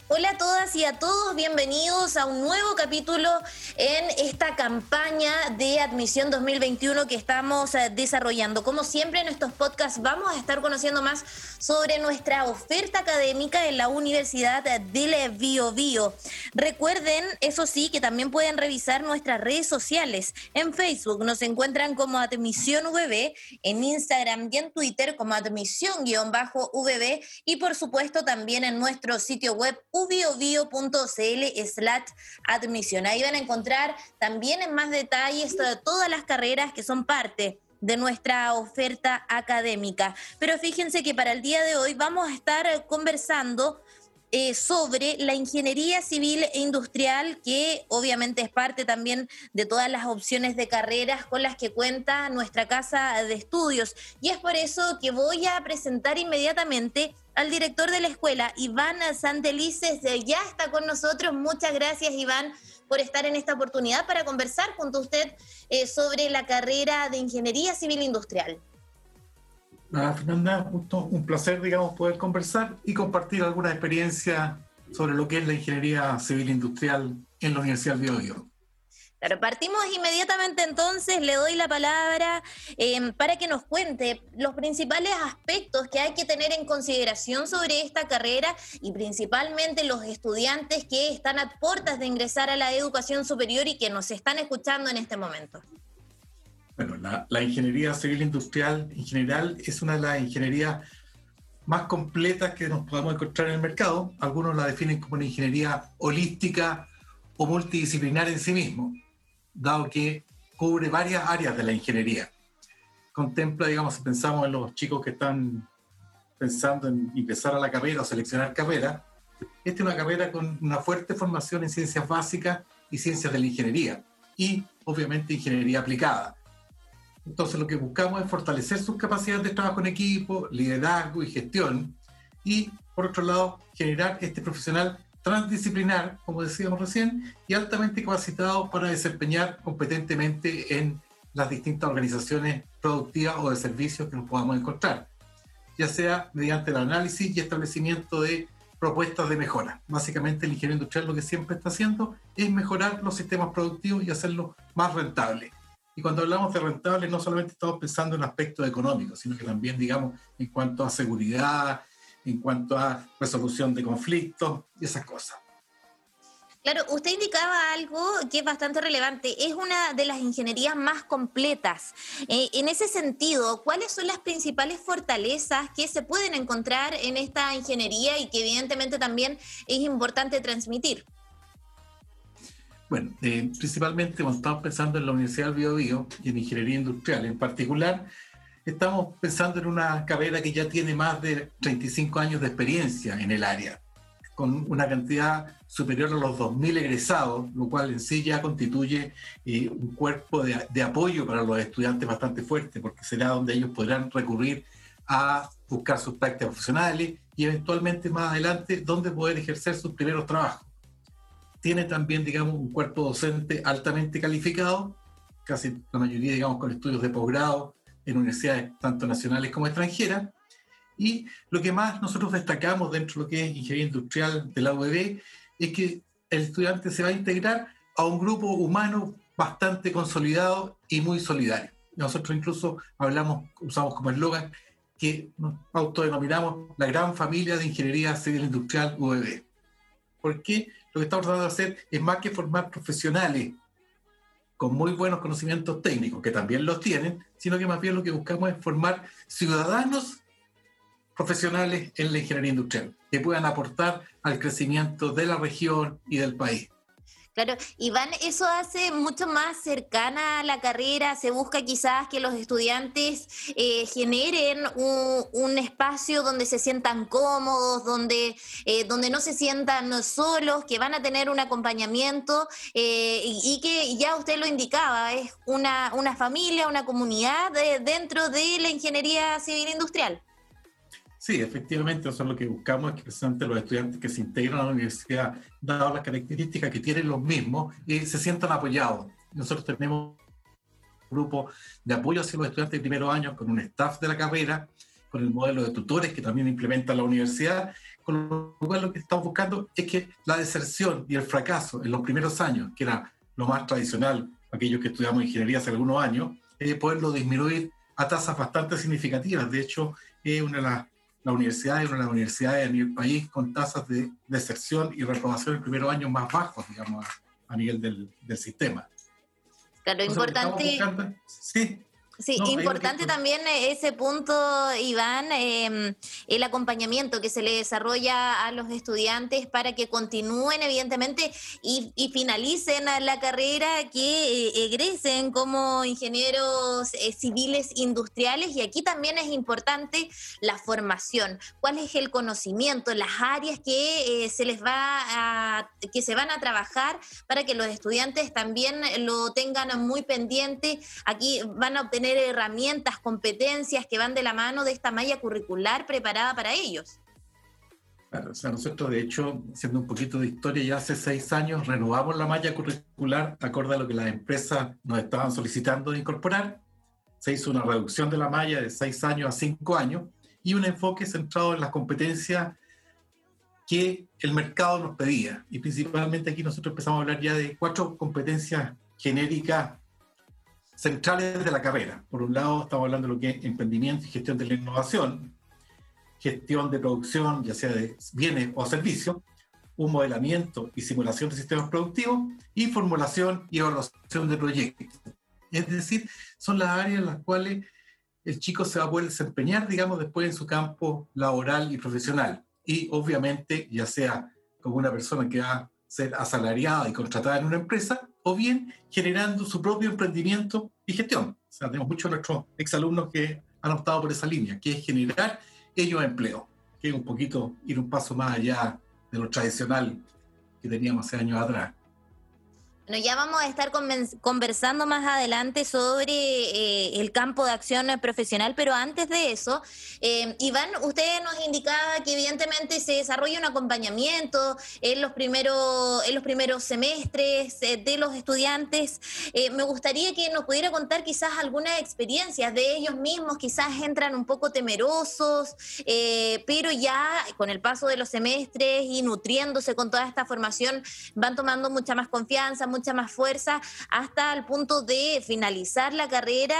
Hola a todas y a todos, bienvenidos a un nuevo capítulo en esta campaña de admisión 2021 que estamos desarrollando. Como siempre en estos podcasts vamos a estar conociendo más sobre nuestra oferta académica en la Universidad del Biobío. Recuerden, eso sí, que también pueden revisar nuestras redes sociales. En Facebook nos encuentran como Admisión UBB, en Instagram y en Twitter como admisión_UBB y por supuesto también en nuestro sitio web ubiobio.cl/admisión. Ahí van a encontrar también en más detalles todas las carreras que son parte de nuestra oferta académica. Pero fíjense que para el día de hoy vamos a estar conversando sobre la ingeniería civil e industrial, que obviamente es parte también de todas las opciones de carreras con las que cuenta nuestra casa de estudios. Y es por eso que voy a presentar inmediatamente al director de la escuela, Iván Santelices. Ya está con nosotros. Muchas gracias, Iván, por estar en esta oportunidad para conversar junto a usted sobre la carrera de ingeniería civil e industrial. Fernanda, un placer, poder conversar y compartir alguna experiencia sobre lo que es la ingeniería civil industrial en la Universidad del Biobío. Claro, partimos inmediatamente entonces, le doy la palabra para que nos cuente los principales aspectos que hay que tener en consideración sobre esta carrera y principalmente los estudiantes que están a puertas de ingresar a la educación superior y que nos están escuchando en este momento. Bueno, la ingeniería civil industrial en general es una de las ingenierías más completas que nos podemos encontrar en el mercado. Algunos la definen como una ingeniería holística o multidisciplinar en sí mismo, dado que cubre varias áreas de la ingeniería. Contempla, si pensamos en los chicos que están pensando en ingresar a la carrera o seleccionar carrera, esta es una carrera con una fuerte formación en ciencias básicas y ciencias de la ingeniería, y obviamente ingeniería aplicada. Entonces lo que buscamos es fortalecer sus capacidades de trabajo en equipo, liderazgo y gestión, y por otro lado generar este profesional transdisciplinar, como decíamos recién, y altamente capacitado para desempeñar competentemente en las distintas organizaciones productivas o de servicios que nos podamos encontrar, ya sea mediante el análisis y establecimiento de propuestas de mejora. Básicamente el ingeniero industrial lo que siempre está haciendo es mejorar los sistemas productivos y hacerlos más rentables. Y cuando hablamos de rentables, no solamente estamos pensando en aspectos económicos, sino que también, en cuanto a seguridad, en cuanto a resolución de conflictos y esas cosas. Claro, usted indicaba algo que es bastante relevante. Es una de las ingenierías más completas. En ese sentido, ¿cuáles son las principales fortalezas que se pueden encontrar en esta ingeniería y que evidentemente también es importante transmitir? Bueno, principalmente cuando estamos pensando en la Universidad del Biobío y en ingeniería industrial en particular, estamos pensando en una carrera que ya tiene más de 35 años de experiencia en el área, con una cantidad superior a los 2.000 egresados, lo cual en sí ya constituye un cuerpo de apoyo para los estudiantes bastante fuerte, porque será donde ellos podrán recurrir a buscar sus prácticas profesionales y eventualmente más adelante donde poder ejercer sus primeros trabajos. Tiene también, un cuerpo docente altamente calificado, casi la mayoría, con estudios de posgrado en universidades tanto nacionales como extranjeras. Y lo que más nosotros destacamos dentro de lo que es ingeniería industrial de la UBB es que el estudiante se va a integrar a un grupo humano bastante consolidado y muy solidario. Nosotros incluso usamos como eslogan que nos autodenominamos la gran familia de ingeniería civil industrial UBB. Porque lo que estamos tratando de hacer es más que formar profesionales con muy buenos conocimientos técnicos, que también los tienen, sino que más bien lo que buscamos es formar ciudadanos profesionales en la ingeniería industrial, que puedan aportar al crecimiento de la región y del país. Claro, Iván, eso hace mucho más cercana a la carrera. Se busca quizás que los estudiantes generen un espacio donde se sientan cómodos, donde no se sientan solos, que van a tener un acompañamiento y que ya usted lo indicaba, es una familia, una comunidad dentro de la ingeniería civil industrial. Sí, efectivamente, eso es lo que buscamos, es que precisamente los estudiantes que se integran a la universidad, dadas las características que tienen los mismos, se sientan apoyados. Nosotros tenemos un grupo de apoyo hacia los estudiantes de primeros años con un staff de la carrera, con el modelo de tutores que también implementa la universidad, con lo cual lo que estamos buscando es que la deserción y el fracaso en los primeros años, que era lo más tradicional, aquellos que estudiamos ingeniería hace algunos años, poderlo disminuir a tasas bastante significativas. De hecho, es una de las universidades a nivel país con tasas de deserción y reprobación en primeros años más bajos, digamos, a nivel del sistema. Claro, importante. Sí. Sí, no, importante también ese punto, Iván, el acompañamiento que se le desarrolla a los estudiantes para que continúen, evidentemente, y finalicen la carrera, que egresen como ingenieros civiles industriales. Y aquí también es importante la formación. ¿Cuál es el conocimiento, las áreas que que se van a trabajar para que los estudiantes también lo tengan muy pendiente? Aquí van a obtener herramientas, competencias que van de la mano de esta malla curricular preparada para ellos. Claro, o sea, nosotros, de hecho, haciendo un poquito de historia, ya hace 6 años renovamos la malla curricular acorde a lo que las empresas nos estaban solicitando de incorporar. Se hizo una reducción de la malla de 6 años a 5 años y un enfoque centrado en las competencias que el mercado nos pedía. Y principalmente aquí nosotros empezamos a hablar ya de 4 competencias genéricas centrales de la carrera. Por un lado, estamos hablando de lo que es emprendimiento y gestión de la innovación, gestión de producción, ya sea de bienes o servicios, un modelamiento y simulación de sistemas productivos, y formulación y evaluación de proyectos. Es decir, son las áreas en las cuales el chico se va a poder desempeñar, digamos, después en su campo laboral y profesional. Y obviamente, ya sea como una persona que va a ser asalariada y contratada en una empresa, o bien generando su propio emprendimiento y gestión. O sea, tenemos muchos de nuestros exalumnos que han optado por esa línea, que es generar ellos empleo, que es un poquito ir un paso más allá de lo tradicional que teníamos hace años atrás. Bueno, ya vamos a estar conversando más adelante sobre el campo de acción profesional, pero antes de eso, Iván, usted nos indicaba que evidentemente se desarrolla un acompañamiento en los primeros semestres de los estudiantes. Me gustaría que nos pudiera contar quizás algunas experiencias de ellos mismos. Quizás entran un poco temerosos, pero ya con el paso de los semestres y nutriéndose con toda esta formación van tomando mucha más confianza, mucha más fuerza, hasta el punto de finalizar la carrera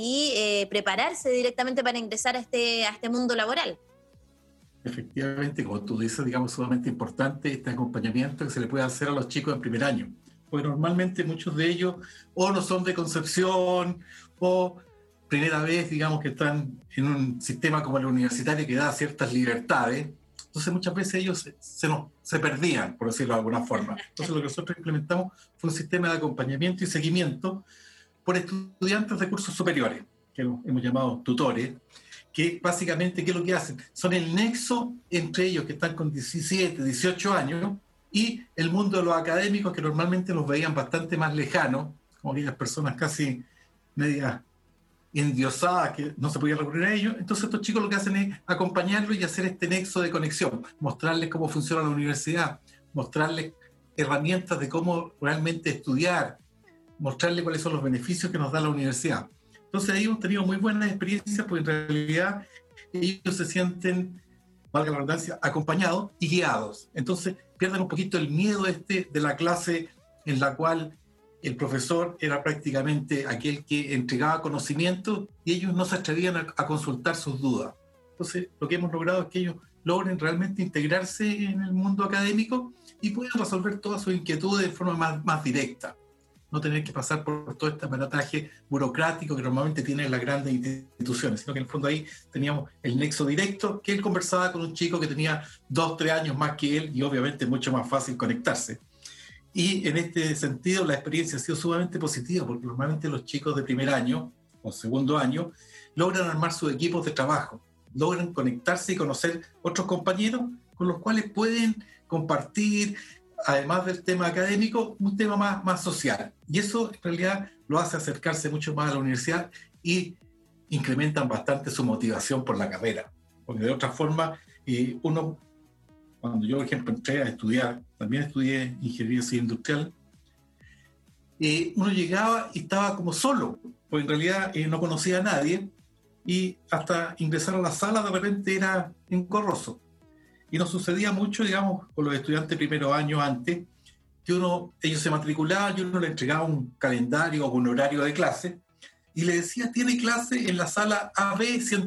y prepararse directamente para ingresar a este mundo laboral. Efectivamente, como tú dices, digamos, sumamente importante este acompañamiento que se le puede hacer a los chicos en primer año, porque normalmente muchos de ellos o no son de Concepción o primera vez, digamos, que están en un sistema como el universitario que da ciertas libertades. Entonces muchas veces ellos se perdían, por decirlo de alguna forma. Entonces lo que nosotros implementamos fue un sistema de acompañamiento y seguimiento por estudiantes de cursos superiores, que hemos llamado tutores, que básicamente, ¿qué es lo que hacen? Son el nexo entre ellos que están con 17, 18 años y el mundo de los académicos, que normalmente los veían bastante más lejanos, como aquellas personas casi medias endiosadas que no se podía recurrir a ellos. Entonces estos chicos lo que hacen es acompañarlos y hacer este nexo de conexión, mostrarles cómo funciona la universidad, mostrarles herramientas de cómo realmente estudiar, mostrarles cuáles son los beneficios que nos da la universidad. Entonces ahí hemos tenido muy buenas experiencias, porque en realidad ellos se sienten, valga la redundancia, acompañados y guiados. Entonces pierden un poquito el miedo de la clase en la cual el profesor era prácticamente aquel que entregaba conocimiento y ellos no se atrevían a consultar sus dudas. Entonces, lo que hemos logrado es que ellos logren realmente integrarse en el mundo académico y puedan resolver todas sus inquietudes de forma más directa. No tener que pasar por todo este aparataje burocrático que normalmente tienen las grandes instituciones, sino que en el fondo ahí teníamos el nexo directo, que él conversaba con un chico que tenía 2, 3 años más que él y obviamente mucho más fácil conectarse. Y en este sentido la experiencia ha sido sumamente positiva, porque normalmente los chicos de primer año o segundo año logran armar sus equipos de trabajo, logran conectarse y conocer otros compañeros con los cuales pueden compartir, además del tema académico, un tema más social. Y eso en realidad lo hace acercarse mucho más a la universidad y incrementan bastante su motivación por la carrera. Porque de otra forma, uno... Cuando yo, por ejemplo, entré a estudiar, también estudié ingeniería civil industrial, uno llegaba y estaba como solo, porque en realidad no conocía a nadie, y hasta ingresar a la sala de repente era engorroso. Y nos sucedía mucho, digamos, con los estudiantes de primeros años antes, que ellos se matriculaban y uno le entregaba un calendario o un horario de clase y le decía, tiene clase en la sala AB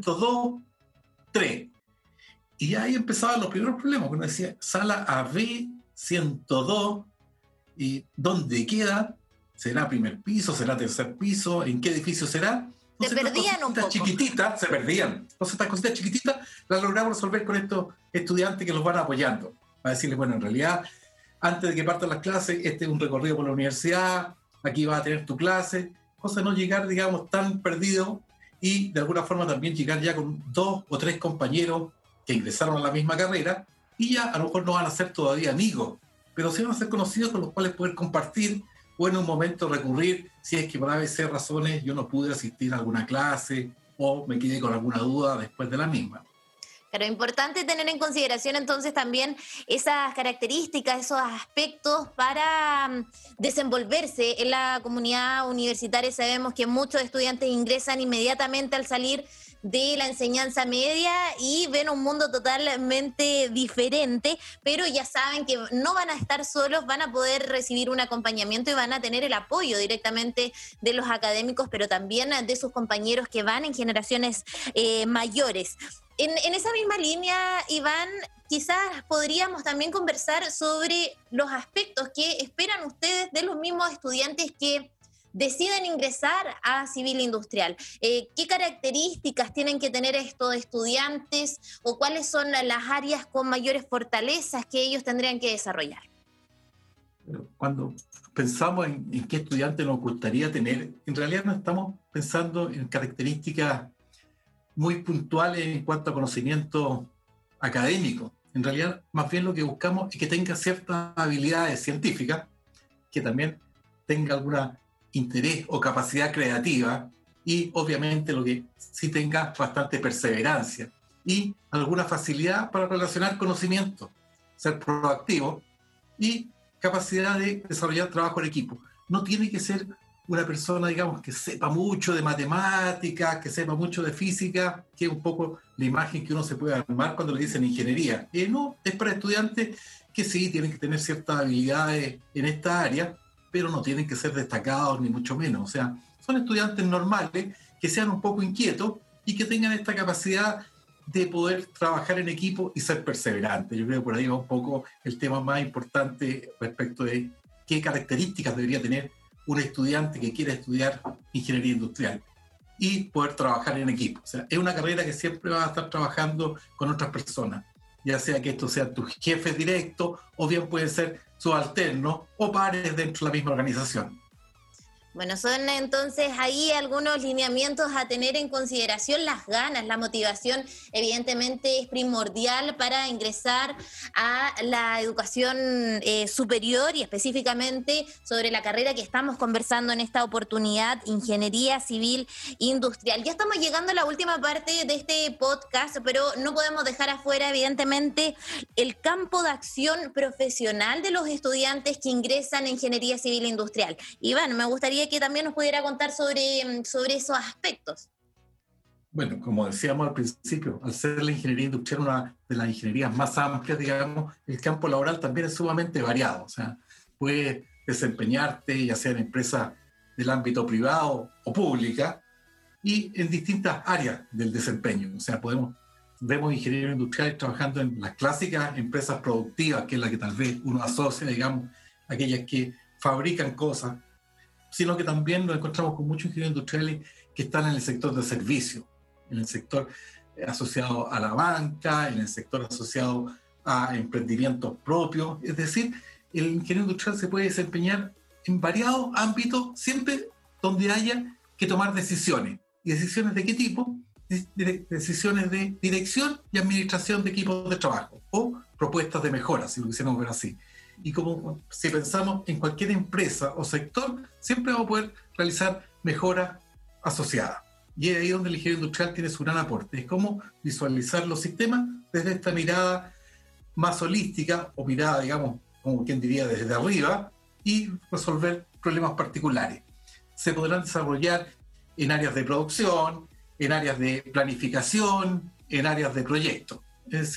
102-3. Y ahí empezaban los primeros problemas, uno decía, sala AB 102, ¿y dónde queda? ¿Será primer piso? ¿Será tercer piso? ¿En qué edificio será? Entonces, se perdían un poco. Chiquititas, se perdían. Entonces estas cositas chiquititas las logramos resolver con estos estudiantes que los van apoyando. Para decirles, bueno, en realidad, antes de que partan las clases, este es un recorrido por la universidad, aquí vas a tener tu clase, cosa de no llegar, digamos, tan perdido y de alguna forma también llegar ya con 2 o 3 compañeros que ingresaron a la misma carrera y ya a lo mejor no van a ser todavía amigos, pero sí van a ser conocidos con los cuales poder compartir o en un momento recurrir si es que por ABC razones yo no pude asistir a alguna clase o me quedé con alguna duda después de la misma. Pero es importante tener en consideración entonces también esas características, esos aspectos para desenvolverse en la comunidad universitaria. Sabemos que muchos estudiantes ingresan inmediatamente al salir de la enseñanza media y ven un mundo totalmente diferente, pero ya saben que no van a estar solos, van a poder recibir un acompañamiento y van a tener el apoyo directamente de los académicos, pero también de sus compañeros que van en generaciones mayores. En esa misma línea, Iván, quizás podríamos también conversar sobre los aspectos que esperan ustedes de los mismos estudiantes que deciden ingresar a civil industrial. ¿Qué características tienen que tener estos estudiantes o cuáles son las áreas con mayores fortalezas que ellos tendrían que desarrollar? Cuando pensamos en qué estudiante nos gustaría tener, en realidad no estamos pensando en características muy puntuales en cuanto a conocimiento académico. En realidad, más bien lo que buscamos es que tenga ciertas habilidades científicas, que también tenga alguna interés o capacidad creativa y obviamente lo que sí tenga bastante perseverancia y alguna facilidad para relacionar conocimientos, ser proactivo y capacidad de desarrollar trabajo en equipo. No tiene que ser una persona, digamos, que sepa mucho de matemáticas, que sepa mucho de física, que es un poco la imagen que uno se puede armar cuando le dicen ingeniería. No, es para estudiantes que sí tienen que tener ciertas habilidades en esta área, pero no tienen que ser destacados ni mucho menos. O sea, son estudiantes normales que sean un poco inquietos y que tengan esta capacidad de poder trabajar en equipo y ser perseverantes. Yo creo que por ahí va un poco el tema más importante respecto de qué características debería tener un estudiante que quiere estudiar ingeniería industrial y poder trabajar en equipo. O sea, es una carrera que siempre va a estar trabajando con otras personas, ya sea que estos sean tus jefes directos o bien pueden ser subalternos o pares dentro de la misma organización. Bueno, son entonces ahí algunos lineamientos a tener en consideración. Las ganas, la motivación evidentemente es primordial para ingresar a la educación superior y específicamente sobre la carrera que estamos conversando en esta oportunidad, Ingeniería Civil Industrial. Ya estamos llegando a la última parte de este podcast, pero no podemos dejar afuera evidentemente el campo de acción profesional de los estudiantes que ingresan en Ingeniería Civil Industrial. Iván, me gustaría que también nos pudiera contar sobre esos aspectos. Bueno, como decíamos al principio, al ser la ingeniería industrial una de las ingenierías más amplias, digamos, el campo laboral también es sumamente variado. O sea, puedes desempeñarte ya sea en empresas del ámbito privado o pública y en distintas áreas del desempeño. O sea, vemos ingenieros industriales trabajando en las clásicas empresas productivas, que es la que tal vez uno asocia, digamos, aquellas que fabrican cosas, sino que también nos encontramos con muchos ingenieros industriales que están en el sector de servicio, en el sector asociado a la banca, en el sector asociado a emprendimientos propios. Es decir, el ingeniero industrial se puede desempeñar en variados ámbitos, siempre donde haya que tomar decisiones. ¿Y decisiones de qué tipo? Decisiones de dirección y administración de equipos de trabajo o propuestas de mejora, si lo quisiéramos ver así. Y como si pensamos en cualquier empresa o sector, siempre vamos a poder realizar mejoras asociadas. Y es ahí donde el ingeniero industrial tiene su gran aporte. Es cómo visualizar los sistemas desde esta mirada más holística o mirada, digamos, como quien diría, desde arriba y resolver problemas particulares. Se podrán desarrollar en áreas de producción, en áreas de planificación, en áreas de proyecto. Es decir,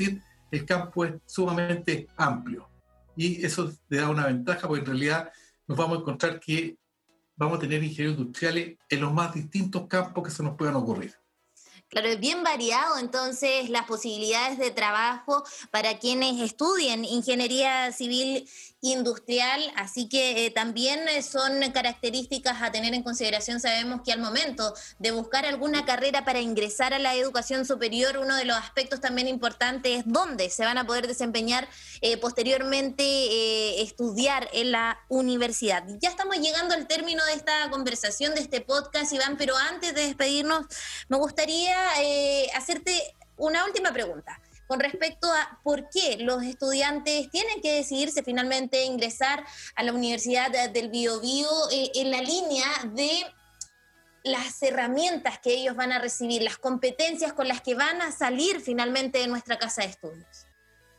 el campo es sumamente amplio. Y eso le da una ventaja, porque en realidad nos vamos a encontrar que vamos a tener ingenieros industriales en los más distintos campos que se nos puedan ocurrir. Claro, es bien variado entonces las posibilidades de trabajo para quienes estudien ingeniería civil industrial, así que también son características a tener en consideración. Sabemos que al momento de buscar alguna carrera para ingresar a la educación superior, uno de los aspectos también importantes es dónde se van a poder desempeñar posteriormente, estudiar en la universidad. Ya estamos llegando al término de esta conversación, de este podcast, Iván, pero antes de despedirnos, me gustaría hacerte una última pregunta con respecto a por qué los estudiantes tienen que decidirse finalmente ingresar a la Universidad del Biobío, en la línea de las herramientas que ellos van a recibir, las competencias con las que van a salir finalmente de nuestra casa de estudios.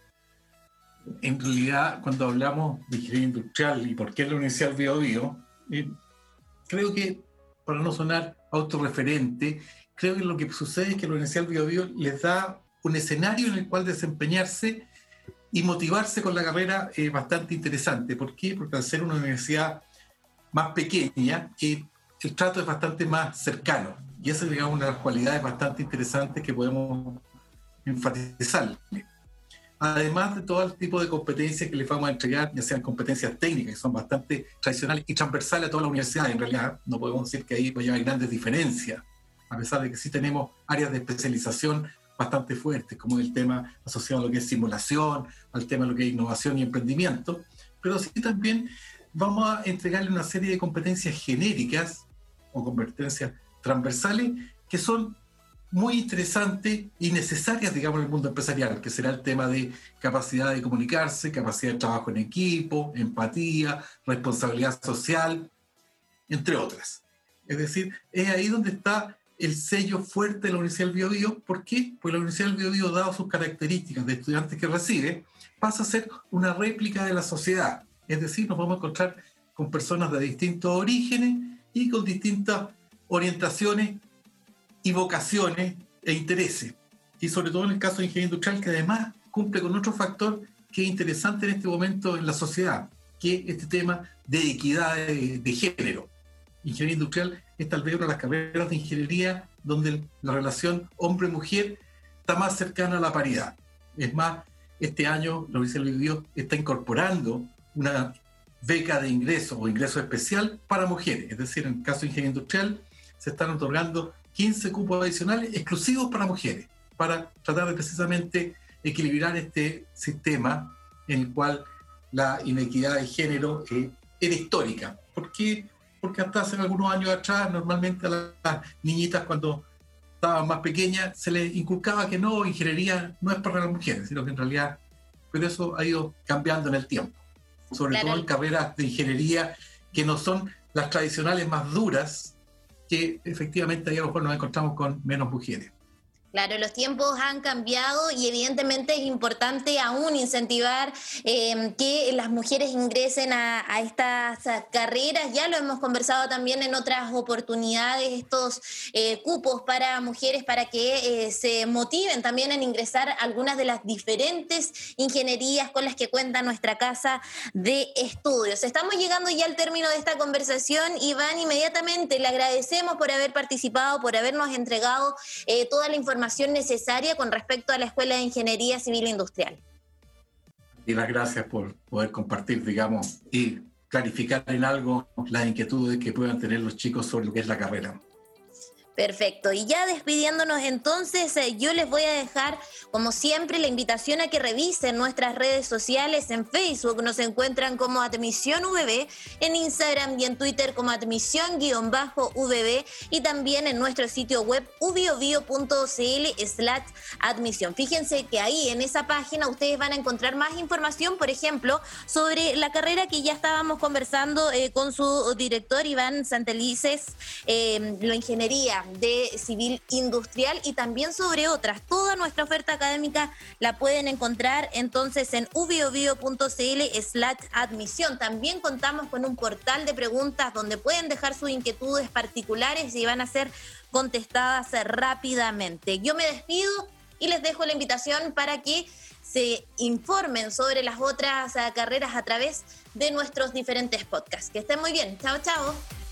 En realidad, cuando hablamos de ingeniería industrial y por qué la Universidad del Biobío, creo que, para no sonar autorreferente, creo que lo que sucede es que la Universidad del Biobío les da un escenario en el cual desempeñarse y motivarse con la carrera bastante interesante. ¿Por qué? Porque al ser una universidad más pequeña, el trato es bastante más cercano. Y esa es, digamos, una de las cualidades bastante interesantes que podemos enfatizarle. Además de todo el tipo de competencias que les vamos a entregar, ya sean competencias técnicas, que son bastante tradicionales y transversales a todas las universidades. En realidad, no podemos decir que ahí pues, hay grandes diferencias, a pesar de que sí tenemos áreas de especialización bastante fuertes, como el tema asociado a lo que es simulación, al tema de lo que es innovación y emprendimiento, pero sí también vamos a entregarle una serie de competencias genéricas o competencias transversales que son muy interesantes y necesarias, digamos, en el mundo empresarial, que será el tema de capacidad de comunicarse, capacidad de trabajo en equipo, empatía, responsabilidad social, entre otras. Es decir, es ahí donde está el sello fuerte de la Universidad del Biobío. ¿Por qué? Porque la Universidad del Biobío, dado sus características de estudiantes que recibe, pasa a ser una réplica de la sociedad. Es decir, nos vamos a encontrar con personas de distintos orígenes y con distintas orientaciones y vocaciones e intereses. Y sobre todo en el caso de ingeniería industrial, que además cumple con otro factor que es interesante en este momento en la sociedad, que es este tema de equidad de género. Ingeniería industrial es tal vez una de las carreras de ingeniería donde la relación hombre-mujer está más cercana a la paridad. Es más, este año la Universidad del Biobío está incorporando una beca de ingreso o ingreso especial para mujeres. Es decir, en el caso de ingeniería industrial se están otorgando 15 cupos adicionales exclusivos para mujeres, para tratar de precisamente equilibrar este sistema en el cual la inequidad de género era histórica. ¿Por qué? Porque hasta hace algunos años atrás, normalmente a las niñitas cuando estaban más pequeñas se les inculcaba que no, ingeniería no es para las mujeres, sino que en realidad, pero eso ha ido cambiando en el tiempo. Sobre todo en carreras de ingeniería que no son las tradicionales más duras, que efectivamente ahí a lo mejor nos encontramos con menos mujeres. Claro, los tiempos han cambiado y evidentemente es importante aún incentivar que las mujeres ingresen a estas carreras. Ya lo hemos conversado también en otras oportunidades, estos cupos para mujeres para que se motiven también en ingresar a algunas de las diferentes ingenierías con las que cuenta nuestra casa de estudios. Estamos llegando ya al término de esta conversación. Iván, inmediatamente le agradecemos por haber participado, por habernos entregado toda la información necesaria con respecto a la Escuela de Ingeniería Civil e Industrial. Y las gracias por poder compartir, digamos, y clarificar en algo las inquietudes que puedan tener los chicos sobre lo que es la carrera. Perfecto. Y ya despidiéndonos entonces, yo les voy a dejar, como siempre, la invitación a que revisen nuestras redes sociales. En Facebook nos encuentran como Admisión VB, en Instagram y en Twitter como Admisión_VB y también en nuestro sitio web ubiobio.cl/admisión. Fíjense que ahí en esa página ustedes van a encontrar más información, por ejemplo, sobre la carrera que ya estábamos conversando con su director Iván Santelices, la ingeniería de civil industrial, y también sobre otras. Toda nuestra oferta académica la pueden encontrar entonces en ubiobio.cl/admisión. También contamos con un portal de preguntas donde pueden dejar sus inquietudes particulares y van a ser contestadas rápidamente. Yo me despido y les dejo la invitación para que se informen sobre las otras carreras a través de nuestros diferentes podcasts. Que estén muy bien. Chao, chao.